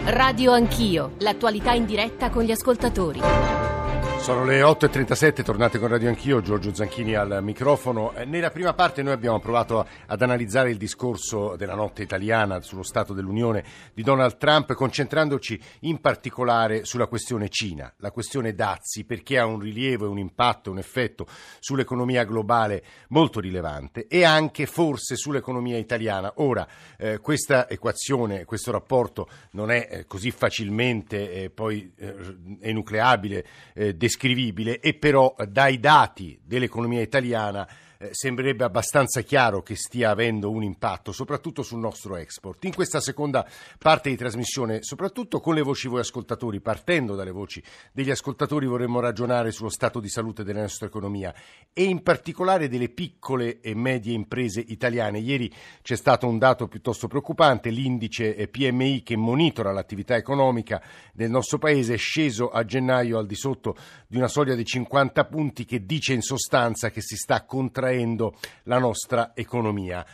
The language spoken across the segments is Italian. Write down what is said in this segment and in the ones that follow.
Radio Anch'io, l'attualità in diretta con gli ascoltatori. Sono le 8.37, tornate con Radio Anch'io, Giorgio Zanchini al microfono. Nella prima parte noi abbiamo provato ad analizzare il discorso della notte italiana sullo Stato dell'Unione di Donald Trump, concentrandoci in particolare sulla questione Cina, la questione dazi, perché ha un rilievo e un impatto, un effetto sull'economia globale molto rilevante e anche forse sull'economia italiana. Ora, questa equazione, questo rapporto non è così facilmente poi enucleabile, descrivibile, e però dai dati dell'economia italiana sembrerebbe abbastanza chiaro che stia avendo un impatto soprattutto sul nostro export. In questa seconda parte di trasmissione, soprattutto con le voci voi ascoltatori, partendo dalle voci degli ascoltatori, vorremmo ragionare sullo stato di salute della nostra economia e in particolare delle piccole e medie imprese italiane. Ieri c'è stato un dato piuttosto preoccupante: l'indice PMI, che monitora l'attività economica del nostro paese, è sceso a gennaio al di sotto di una soglia di 50 punti, che dice in sostanza che si sta contraendo la nostra economia.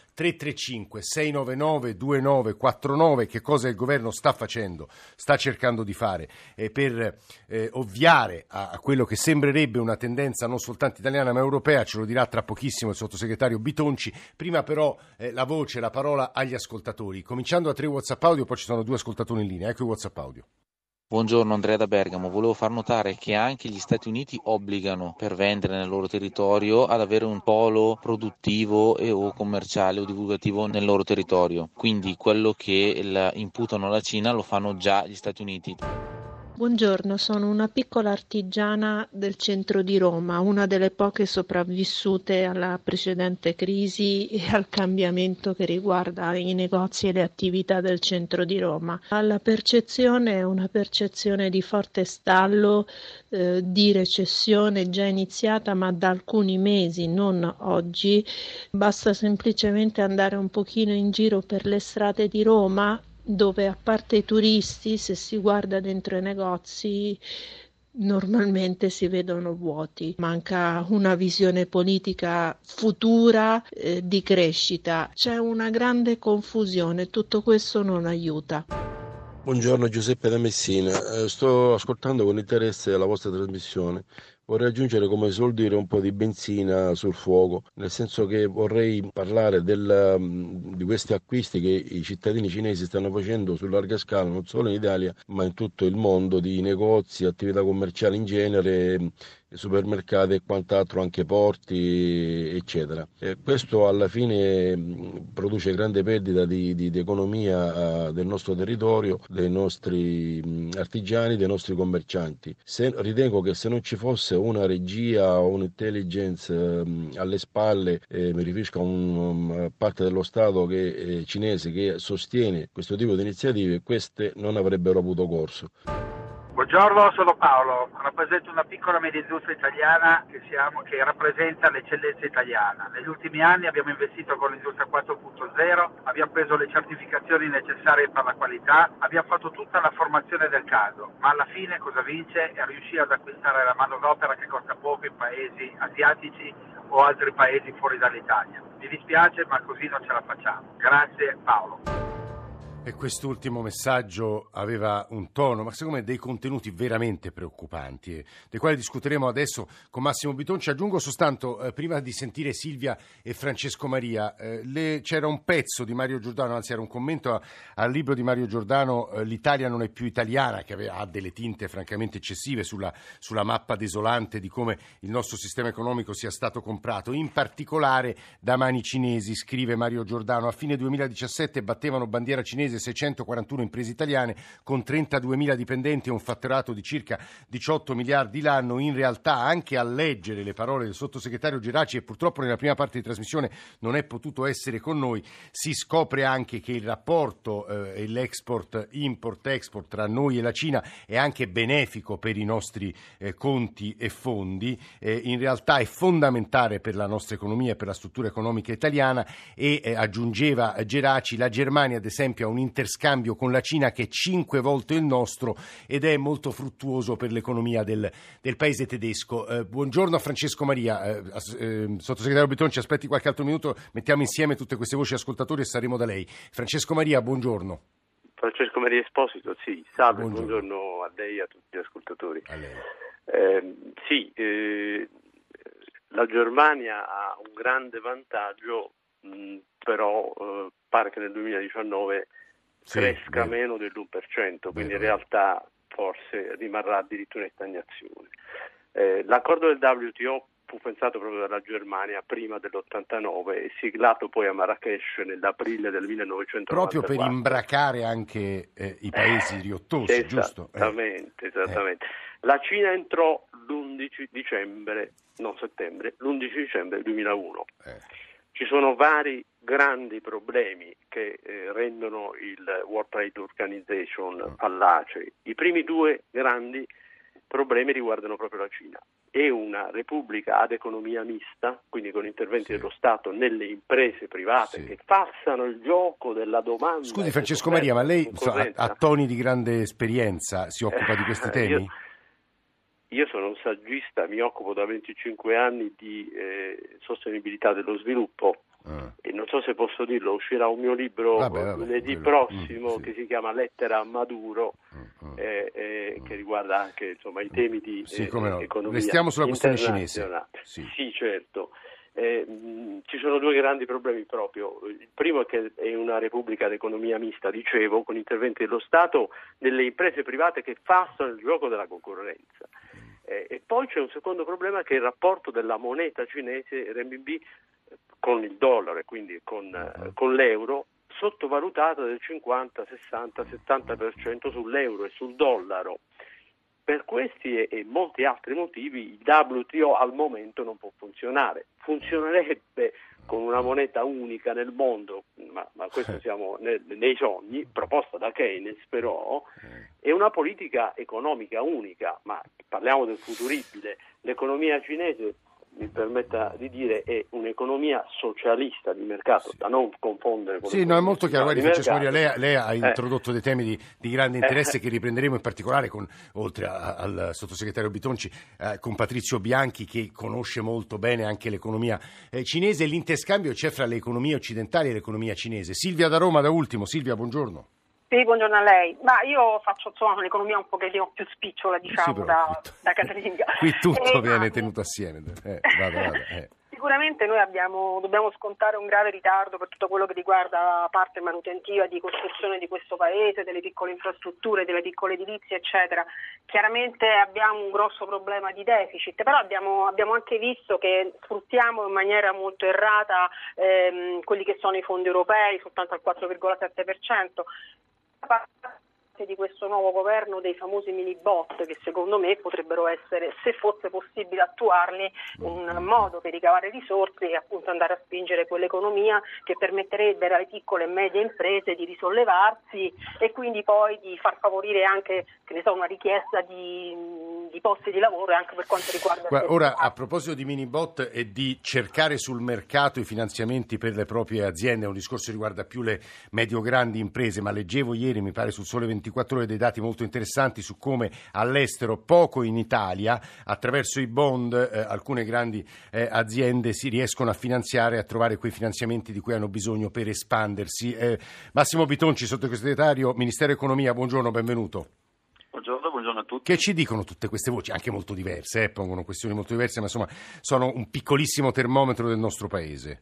335-699-2949, che cosa il governo sta facendo, sta cercando di fare per ovviare a quello che sembrerebbe una tendenza non soltanto italiana ma europea, ce lo dirà tra pochissimo il sottosegretario Bitonci. Prima però la parola agli ascoltatori, cominciando a 3 WhatsApp audio, poi ci sono 2 ascoltatori in linea. Ecco i WhatsApp audio. Buongiorno, Andrea da Bergamo. Volevo far notare che anche gli Stati Uniti obbligano, per vendere nel loro territorio, ad avere un polo produttivo o commerciale o divulgativo nel loro territorio. Quindi quello che imputano alla Cina lo fanno già gli Stati Uniti. Buongiorno, sono una piccola artigiana del centro di Roma, una delle poche sopravvissute alla precedente crisi e al cambiamento che riguarda i negozi e le attività del centro di Roma. La percezione è una percezione di forte stallo, di recessione già iniziata ma da alcuni mesi, non oggi. Basta semplicemente andare un pochino in giro per le strade di Roma, dove a parte i turisti, se si guarda dentro i negozi, normalmente si vedono vuoti. Manca una visione politica futura di crescita. C'è una grande confusione, tutto questo non aiuta. Buongiorno, Giuseppe da Messina. Sto ascoltando con interesse la vostra trasmissione. Vorrei aggiungere, come suol dire, un po' di benzina sul fuoco, nel senso che vorrei parlare di questi acquisti che i cittadini cinesi stanno facendo su larga scala, non solo in Italia, ma in tutto il mondo, di negozi, attività commerciali in genere, supermercati e quant'altro, anche porti, eccetera. Questo alla fine produce grande perdita di economia del nostro territorio, dei nostri artigiani, dei nostri commercianti. Ritengo che se non ci fosse una regia o un'intelligence alle spalle, mi riferisco a una parte dello Stato cinese che sostiene questo tipo di iniziative, queste non avrebbero avuto corso. Buongiorno, sono Paolo, rappresento una piccola media industria italiana che rappresenta l'eccellenza italiana. Negli ultimi anni abbiamo investito con l'industria 4.0, abbiamo preso le certificazioni necessarie per la qualità, abbiamo fatto tutta la formazione del caso, ma alla fine cosa vince? È riuscire ad acquistare la manodopera che costa poco in paesi asiatici o altri paesi fuori dall'Italia. Mi dispiace, ma così non ce la facciamo. Grazie Paolo. E quest'ultimo messaggio aveva un tono, ma secondo me dei contenuti veramente preoccupanti, dei quali discuteremo adesso con Massimo Bitonci. Aggiungo soltanto, prima di sentire Silvia e Francesco Maria, c'era un pezzo di Mario Giordano, anzi era un commento al libro di Mario Giordano, L'Italia non è più italiana, che ha delle tinte francamente eccessive sulla mappa desolante di come il nostro sistema economico sia stato comprato, in particolare da mani cinesi. Scrive Mario Giordano: a fine 2017 battevano bandiera cinese 641 imprese italiane con 32.000 dipendenti e un fatturato di circa 18 miliardi l'anno. In realtà, anche a leggere le parole del sottosegretario Geraci, e purtroppo nella prima parte di trasmissione non è potuto essere con noi, si scopre anche che il rapporto e l'export, import-export tra noi e la Cina è anche benefico per i nostri conti e fondi. In realtà è fondamentale per la nostra economia e per la struttura economica italiana, e aggiungeva Geraci, la Germania ad esempio ha un interscambio con la Cina che è 5 volte il nostro ed è molto fruttuoso per l'economia del paese tedesco. Buongiorno a Francesco Maria. Sottosegretario Bitonci, aspetti qualche altro minuto, mettiamo insieme tutte queste voci ascoltatori e saremo da lei. Francesco Maria, buongiorno. Francesco Maria Esposito, sì, salve, Buongiorno. buongiorno a lei e a tutti gli ascoltatori. A lei. La Germania ha un grande vantaggio, però pare che nel 2019 cresca meno dell'1%, quindi in realtà forse rimarrà addirittura in stagnazione. L'accordo del WTO fu pensato proprio dalla Germania prima dell'89 e siglato poi a Marrakech nell'aprile del 1994. Proprio per imbracare anche i paesi riottosi, giusto? Esattamente. La Cina entrò l'11 dicembre 2001. Ci sono vari grandi problemi che rendono il World Trade Organization fallace. I primi due grandi problemi riguardano proprio la Cina. È una repubblica ad economia mista, quindi con interventi dello Stato nelle imprese private che passano il gioco della domanda. Scusi Francesco Maria, ma lei a toni di grande esperienza si occupa di questi temi? Io sono un saggista, mi occupo da 25 anni di sostenibilità dello sviluppo e non so se posso dirlo, uscirà un mio libro lunedì prossimo che si chiama Lettera a Maduro, che riguarda anche i temi di economia. Restiamo sulla questione cinese. Sì, certo. Ci sono due grandi problemi proprio. Il primo è che è una repubblica ad economia mista, dicevo, con interventi dello Stato nelle imprese private che passano il gioco della concorrenza. E poi c'è un secondo problema che è il rapporto della moneta cinese renminbi con il dollaro e quindi con l'euro, sottovalutata del 50, 60, 70% sull'euro e sul dollaro. Per questi e molti altri motivi il WTO al momento non può funzionare. Funzionerebbe con una moneta unica nel mondo, ma questo siamo nei sogni, proposta da Keynes però, è una politica economica unica, ma parliamo del futuribile. L'economia cinese, mi permetta di dire, è un'economia socialista di mercato, da non confondere con è molto chiaro. Guardi, Francesco Maria, lei ha introdotto dei temi di grande interesse che riprenderemo in particolare oltre al sottosegretario Bitonci, con Patrizio Bianchi, che conosce molto bene anche l'economia cinese e l'interscambio c'è fra le economie occidentali e l'economia cinese. Silvia da Roma da ultimo. Silvia, buongiorno. Sì, buongiorno a lei. Ma io faccio un'economia un pochettino più spicciola, diciamo, da casalinga. Qui tutto viene tenuto assieme. Vado. Sicuramente noi dobbiamo scontare un grave ritardo per tutto quello che riguarda la parte manutentiva di costruzione di questo paese, delle piccole infrastrutture, delle piccole edilizie, eccetera. Chiaramente abbiamo un grosso problema di deficit, però abbiamo anche visto che sfruttiamo in maniera molto errata quelli che sono i fondi europei, soltanto al 4,7%. Di questo nuovo governo dei famosi mini bot, che secondo me potrebbero essere, se fosse possibile attuarli, un modo per ricavare risorse e appunto andare a spingere quell'economia che permetterebbe alle piccole e medie imprese di risollevarsi e quindi poi di far favorire anche una richiesta di posti di lavoro anche per quanto riguarda ora a proposito di mini bot e di cercare sul mercato i finanziamenti per le proprie aziende, è un discorso che riguarda più le medio-grandi imprese, ma leggevo ieri, mi pare sul Sole 24 Ore, dei dati molto interessanti su come all'estero, poco in Italia, attraverso i bond alcune grandi aziende si riescono a finanziare, a trovare quei finanziamenti di cui hanno bisogno per espandersi. Massimo Bitonci, sottosegretario Ministero Economia, buongiorno, benvenuto. Buongiorno a tutti. Che ci dicono tutte queste voci, anche molto diverse, pongono questioni molto diverse, ma insomma sono un piccolissimo termometro del nostro paese.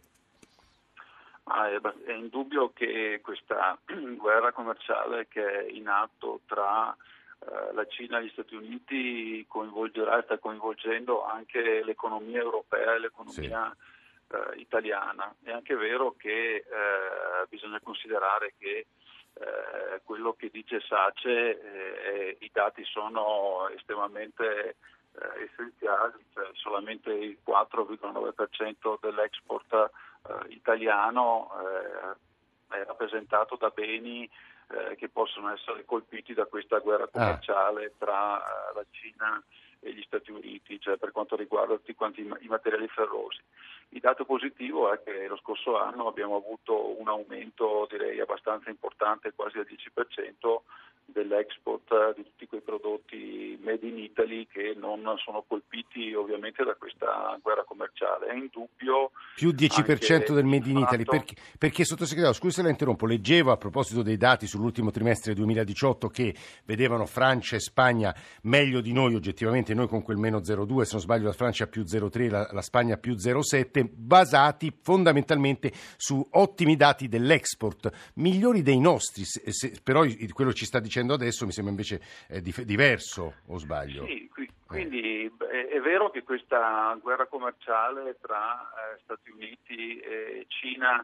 È indubbio che questa guerra commerciale che è in atto tra la Cina e gli Stati Uniti coinvolgerà e sta coinvolgendo anche l'economia europea e l'economia italiana. È anche vero che bisogna considerare che quello che dice SACE, i dati sono estremamente essenziali, cioè solamente il 4,9% dell'export italiano è rappresentato da beni che possono essere colpiti da questa guerra commerciale tra la Cina e gli Stati Uniti, cioè per quanto riguarda tutti quanti i materiali ferrosi. Il dato positivo è che lo scorso anno abbiamo avuto un aumento, direi, abbastanza importante, quasi al 10%, dell'export di tutti quei prodotti made in Italy che non sono colpiti ovviamente da questa guerra commerciale. È indubbio più 10% del made in Italy, perché sottosegretario, scusi se la interrompo, leggevo a proposito dei dati sull'ultimo trimestre 2018 che vedevano Francia e Spagna meglio di noi oggettivamente, noi con quel meno 0,2, se non sbaglio la Francia più 0,3, la Spagna più 0,7, basati fondamentalmente su ottimi dati dell'export, migliori dei nostri, però quello ci sta dicendo adesso mi sembra invece diverso, o sbaglio? Sì, quindi è vero che questa guerra commerciale tra Stati Uniti e Cina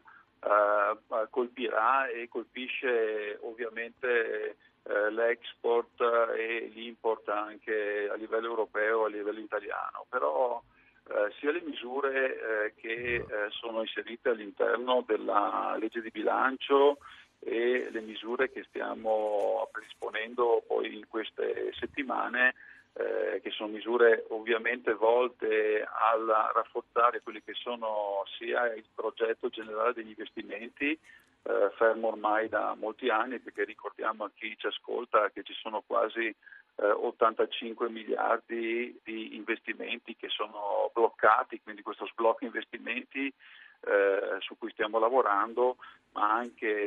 colpirà e colpisce ovviamente l'export e l'import anche a livello europeo, a livello italiano, però sia le misure che sono inserite all'interno della legge di bilancio e le misure che stiamo predisponendo poi in queste settimane, che sono misure ovviamente volte a rafforzare quelli che sono sia il progetto generale degli investimenti, fermo ormai da molti anni, perché ricordiamo a chi ci ascolta che ci sono quasi 85 miliardi di investimenti che sono bloccati, quindi questo sblocco investimenti su cui stiamo lavorando, ma anche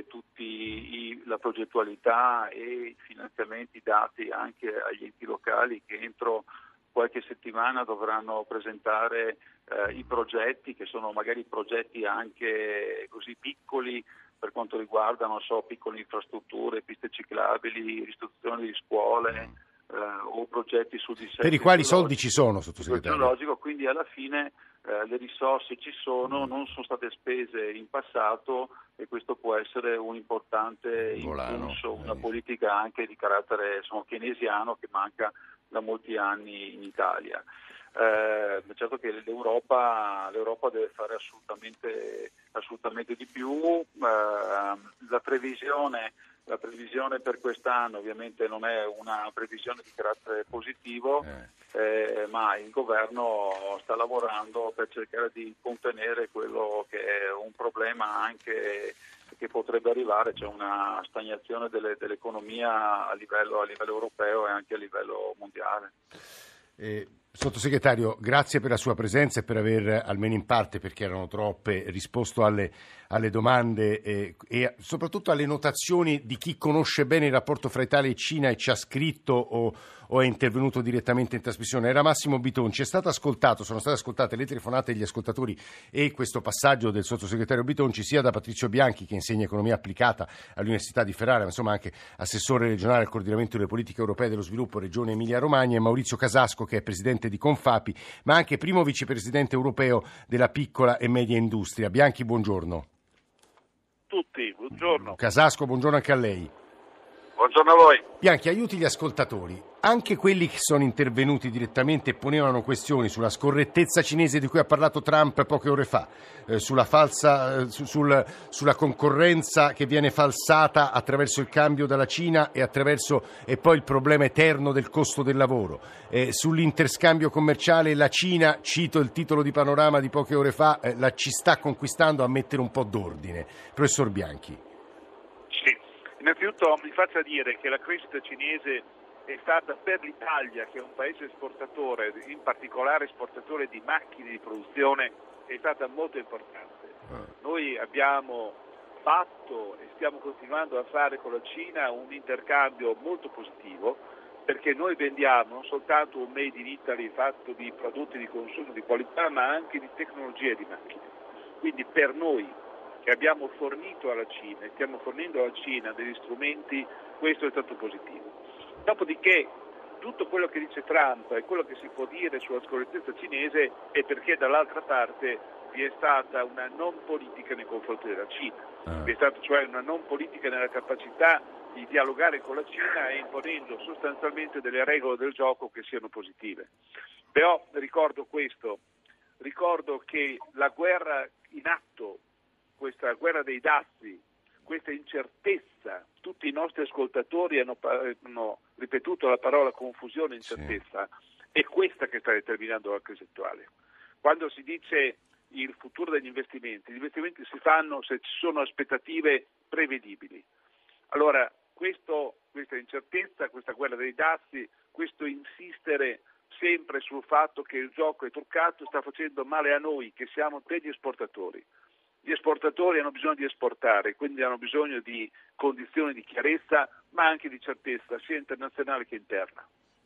la progettualità e i finanziamenti dati anche agli enti locali che entro qualche settimana dovranno presentare i progetti, che sono magari progetti anche così piccoli per quanto riguarda, piccole infrastrutture, piste ciclabili, ristrutturazione di scuole o progetti sul dissesto per i quali soldi ci sono, sottosegretario? Quindi alla fine le risorse ci sono, non sono state spese in passato e questo può essere un importante impulso, una politica anche di carattere keynesiano che manca da molti anni in Italia. Certo che l'Europa deve fare assolutamente di più. La previsione per quest'anno ovviamente non è una previsione di carattere positivo, ma il governo sta lavorando per cercare di contenere quello che è un problema anche che potrebbe arrivare, c'è una stagnazione dell'economia a livello europeo e anche a livello mondiale. Sottosegretario, grazie per la sua presenza e per aver, almeno in parte, perché erano troppe, risposto alle domande e soprattutto alle notazioni di chi conosce bene il rapporto fra Italia e Cina e ci ha scritto o è intervenuto direttamente in trasmissione. Era Massimo Bitonci, sono state ascoltate le telefonate degli ascoltatori e questo passaggio del sottosegretario Bitonci sia da Patrizio Bianchi, che insegna economia applicata all'Università di Ferrara, ma insomma anche assessore regionale al coordinamento delle politiche europee dello sviluppo Regione Emilia-Romagna, e Maurizio Casasco, che è presidente di Confapi, ma anche primo vicepresidente europeo della piccola e media industria. Bianchi, buongiorno. Tutti, buongiorno. Casasco, buongiorno anche a lei. Buongiorno a voi. Bianchi, aiuti gli ascoltatori, anche quelli che sono intervenuti direttamente e ponevano questioni sulla scorrettezza cinese di cui ha parlato Trump poche ore fa, sulla concorrenza che viene falsata attraverso il cambio dalla Cina e poi il problema eterno del costo del lavoro, sull'interscambio commerciale la Cina, cito il titolo di Panorama di poche ore fa, ci sta conquistando a mettere un po' d'ordine. Professor Bianchi. Innanzitutto mi faccia dire che la crescita cinese è stata per l'Italia, che è un paese esportatore, in particolare esportatore di macchine di produzione, è stata molto importante. Noi abbiamo fatto e stiamo continuando a fare con la Cina un intercambio molto positivo, perché noi vendiamo non soltanto un made in Italy fatto di prodotti di consumo di qualità, ma anche di tecnologie di macchine. Quindi per noi che abbiamo fornito alla Cina e stiamo fornendo alla Cina degli strumenti, questo è stato positivo. Dopodiché tutto quello che dice Trump e quello che si può dire sulla scorrettezza cinese è perché dall'altra parte vi è stata una non politica nei confronti della Cina, vi è stata cioè una non politica nella capacità di dialogare con la Cina e imponendo sostanzialmente delle regole del gioco che siano positive. Però ricordo che la guerra in atto, questa guerra dei dazi, questa incertezza, tutti i nostri ascoltatori hanno ripetuto la parola confusione e incertezza, è questa che sta determinando la crisi attuale. Quando si dice il futuro degli investimenti. Gli investimenti si fanno se ci sono aspettative prevedibili. Allora, questa incertezza, questa guerra dei dazi, questo insistere sempre sul fatto che il gioco è truccato sta facendo male a noi che siamo degli esportatori. Gli esportatori hanno bisogno di esportare, quindi hanno bisogno di condizioni di chiarezza, ma anche di certezza, sia internazionale che interna.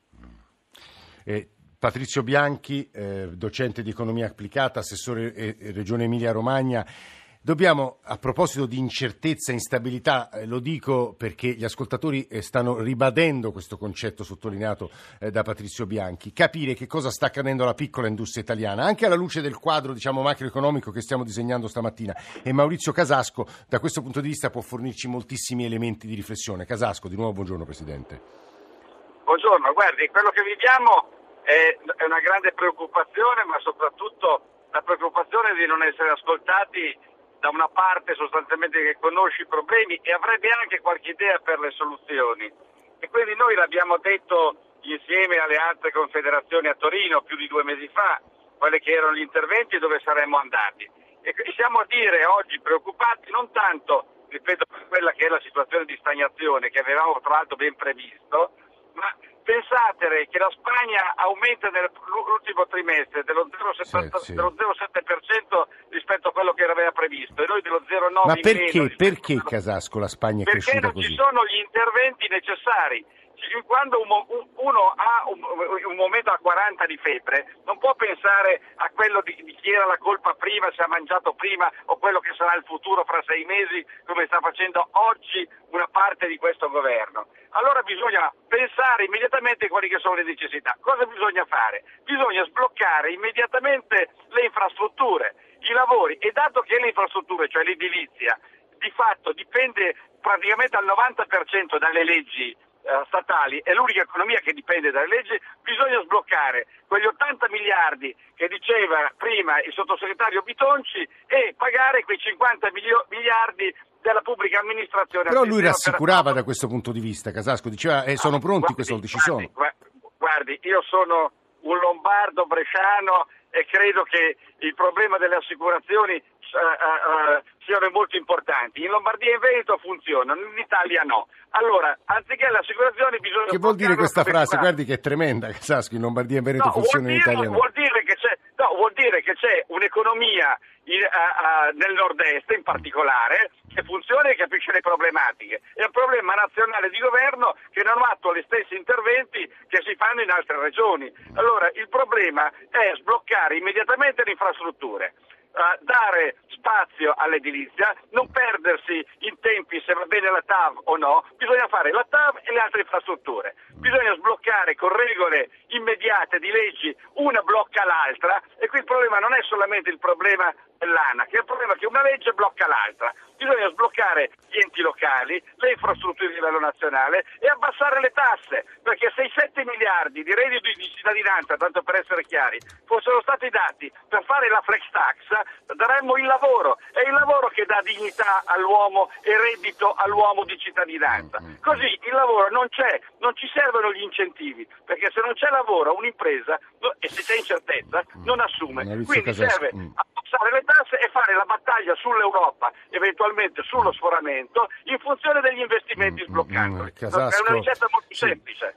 Patrizio Bianchi, docente di economia applicata, assessore Regione Emilia-Romagna. Dobbiamo, a proposito di incertezza e instabilità, lo dico perché gli ascoltatori stanno ribadendo questo concetto sottolineato da Patrizio Bianchi, capire che cosa sta accadendo alla piccola industria italiana, anche alla luce del quadro, macroeconomico che stiamo disegnando stamattina. E Maurizio Casasco, da questo punto di vista, può fornirci moltissimi elementi di riflessione. Casasco, di nuovo buongiorno Presidente. Buongiorno, guardi, quello che viviamo è una grande preoccupazione, ma soprattutto la preoccupazione di non essere ascoltati da una parte sostanzialmente che conosce i problemi e avrebbe anche qualche idea per le soluzioni. E quindi noi l'abbiamo detto insieme alle altre confederazioni a Torino più di 2 mesi fa, quali che erano gli interventi e dove saremmo andati. E siamo a dire oggi preoccupati non tanto, ripeto, per quella che è la situazione di stagnazione che avevamo tra l'altro ben previsto, ma pensate che la Spagna aumenta nell'ultimo trimestre dello 0,7% rispetto a quello che aveva previsto e noi dello 0,9%. Ma perché Casasco la Spagna è cresciuta così? Perché non ci sono gli interventi necessari. Quando uno ha un momento a 40 di febbre non può pensare a quello di chi era la colpa prima, se ha mangiato prima o quello che sarà il futuro fra 6 mesi, come sta facendo oggi una parte di questo governo. Allora bisogna pensare immediatamente quali che sono le necessità. Cosa bisogna fare? Bisogna sbloccare immediatamente le infrastrutture, i lavori, e dato che le infrastrutture, cioè l'edilizia, di fatto dipende praticamente al 90% dalle leggi statali, è l'unica economia che dipende dalle leggi, bisogna sbloccare quegli 80 miliardi che diceva prima il sottosegretario Bitonci e pagare quei 50 miliardi della pubblica amministrazione. Però lui rassicurava da questo punto di vista, Casasco, diceva sono pronti, quei soldi ci sono. Guardi, io sono un lombardo bresciano e credo che il problema delle assicurazioni siano molto importanti. In Lombardia e in Veneto funzionano, in Italia no. Allora, anziché le assicurazioni bisogna... Che vuol dire questa frase? Guardi che è tremenda, Casasco, in Lombardia e in Veneto funzionano, in Italia no. Vuol dire che c'è un'economia nel nord-est in particolare che funziona e capisce le problematiche. È un problema nazionale di governo che non attua gli stessi interventi che si fanno in altre regioni. Allora, il problema è sbloccare immediatamente le infrastrutture, dare spazio all'edilizia, non perdersi in tempi se va bene la TAV o no, bisogna fare la TAV e le altre infrastrutture, bisogna sbloccare con regole immediate di leggi, una blocca l'altra, e qui il problema non è solamente il problema dell'ANAC, è il problema che una legge blocca l'altra. Bisogna sbloccare gli enti locali, le infrastrutture di livello nazionale e abbassare le tasse, perché se i 7 miliardi di reddito di cittadinanza, tanto per essere chiari, fossero stati dati per fare la flex tax, daremmo il lavoro, è il lavoro che dà dignità all'uomo e reddito all'uomo di cittadinanza. Così il lavoro non c'è, non ci servono gli incentivi, perché se non c'è lavoro un'impresa e se c'è incertezza non assume. Quindi serve abbassare le tasse e fare la battaglia sull'Europa, eventualmente sullo sforamento, in funzione degli investimenti sbloccandoli. È una ricetta molto semplice.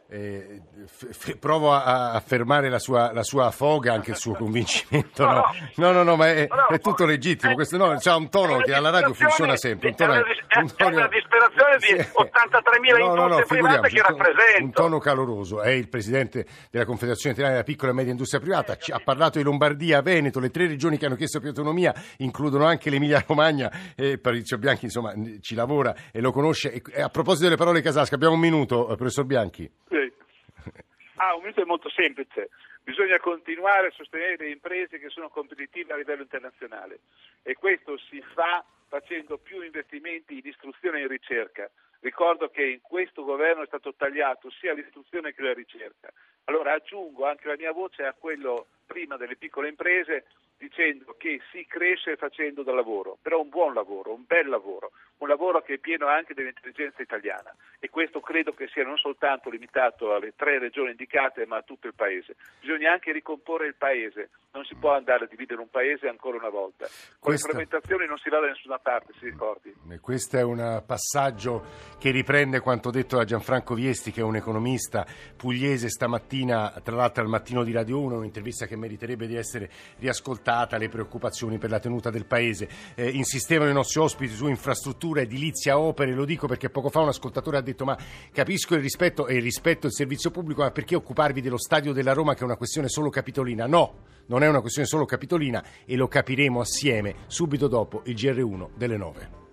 Provo a fermare la sua foga, anche il suo convincimento. No, ma è tutto legittimo. Questo c'ha un tono che alla radio funziona sempre. È una disperazione di 83.000 industrie private che rappresenta. Un tono caloroso. È il presidente della Confederazione Italiana della Piccola e Media Industria Privata. Ha parlato di Lombardia, Veneto, le 3 regioni che hanno chiesto più autonomia includono anche l'Emilia-Romagna. Patrizio Bianchi insomma ci lavora e lo conosce. E a proposito delle parole Casasco, abbiamo un minuto, professor Bianchi. Sì. Un minuto è molto semplice. Bisogna continuare a sostenere le imprese che sono competitive a livello internazionale, e questo si fa facendo più investimenti in istruzione e in ricerca. Ricordo che in questo governo è stato tagliato sia l'istruzione che la ricerca. Allora aggiungo anche la mia voce a quello prima delle piccole imprese, dicendo che si cresce facendo del lavoro, però un buon lavoro, un bel lavoro, un lavoro che è pieno anche dell'intelligenza italiana, e questo credo che sia non soltanto limitato alle 3 regioni indicate, ma a tutto il Paese. Bisogna anche ricomporre il Paese, non si può andare a dividere un Paese ancora una volta. Con le frammentazioni non si va da nessuna parte, si ricordi. Questo è un passaggio che riprende quanto detto da Gianfranco Viesti, che è un economista pugliese, stamattina, tra l'altro al Mattino di Radio 1, un'intervista che meriterebbe di essere riascoltata, le preoccupazioni per la tenuta del Paese. Insistevano i nostri ospiti su infrastruttura, edilizia, opere, lo dico perché poco fa un ascoltatore ha detto: ma capisco il rispetto e il rispetto del servizio pubblico, ma perché occuparvi dello stadio della Roma, che è una questione solo capitolina? No, non è una questione solo capitolina, e lo capiremo assieme subito dopo il GR1 delle 9.